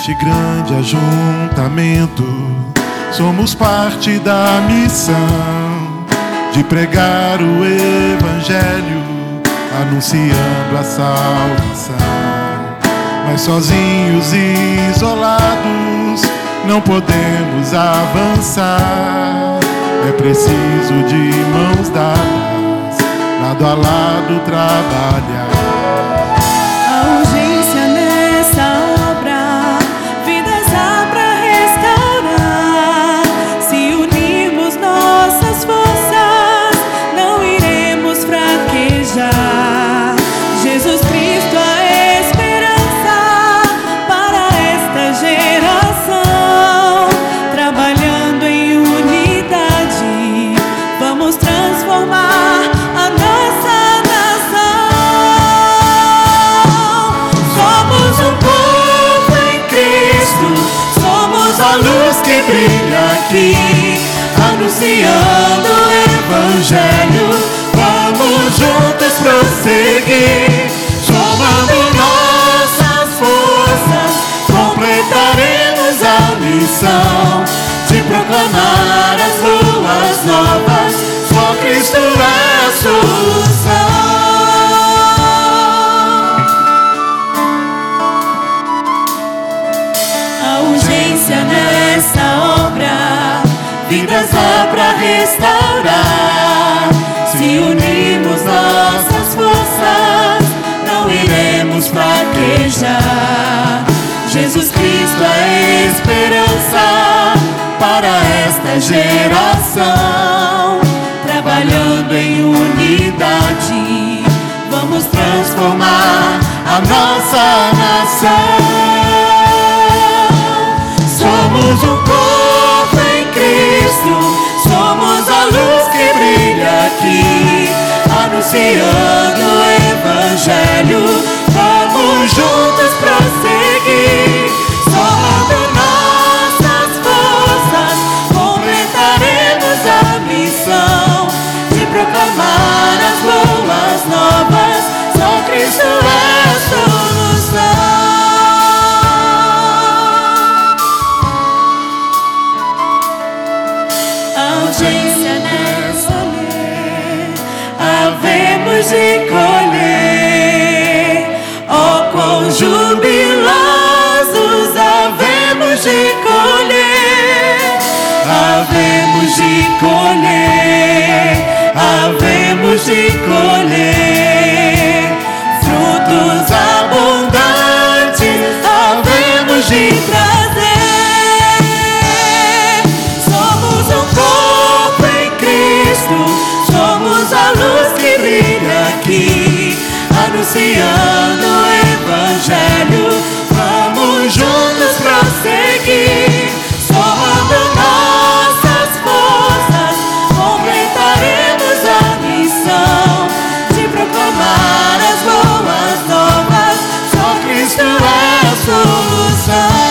Neste grande ajuntamento, somos parte da missão de pregar o Evangelho, anunciando a salvação. Mas sozinhos e isolados não podemos avançar. É preciso de mãos dadas, lado a lado trabalhar. A urgência nessa obra, vidas há pra restaurar. Se unirmos nossas forças, não iremos fraquejar. Jesus Cristo a esperança para esta geração. Trabalhando em unidade, vamos transformar a nossa que brilha aqui, anunciando o Evangelho. Vamos juntos prosseguir, somando nossas forças, completaremos a missão de proclamar as boas novas. Só Cristo é a solução. Nessa obra, vidas há pra restaurar. Se unirmos nossas forças, não iremos fraquejar. Jesus Cristo é esperança para esta geração. Trabalhando em unidade, vamos transformar a nossa nação. Somos um corpo em Cristo, somos a luz que brilha aqui, anunciando o Evangelho. Vamos juntos prosseguir, somando nossas forças, completaremos a missão de proclamar as boas novas. Só Cristo é a solução. Havemos de colher, oh quão jubilosos havemos de colher, havemos de colher, havemos de colher, frutos abundantes havemos de trazer. Somos um corpo em Cristo, somos a luz que brilha aqui, anunciando o Evangelho. Vamos juntos prosseguir, somando nossas forças, completaremos a missão de proclamar as boas novas. Só Cristo é a solução.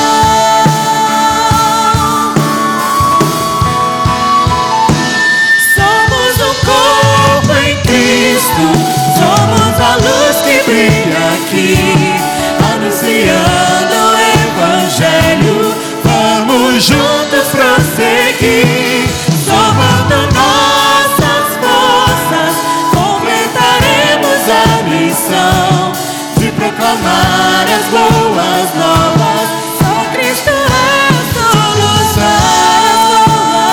Somos a luz que brilha aqui, anunciando o Evangelho. Vamos juntos prosseguir, somando nossas forças, completaremos a missão de proclamar as boas novas. Só Cristo é a solução.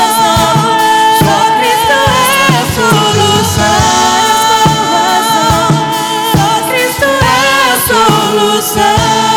Só Cristo é a solução. Solução.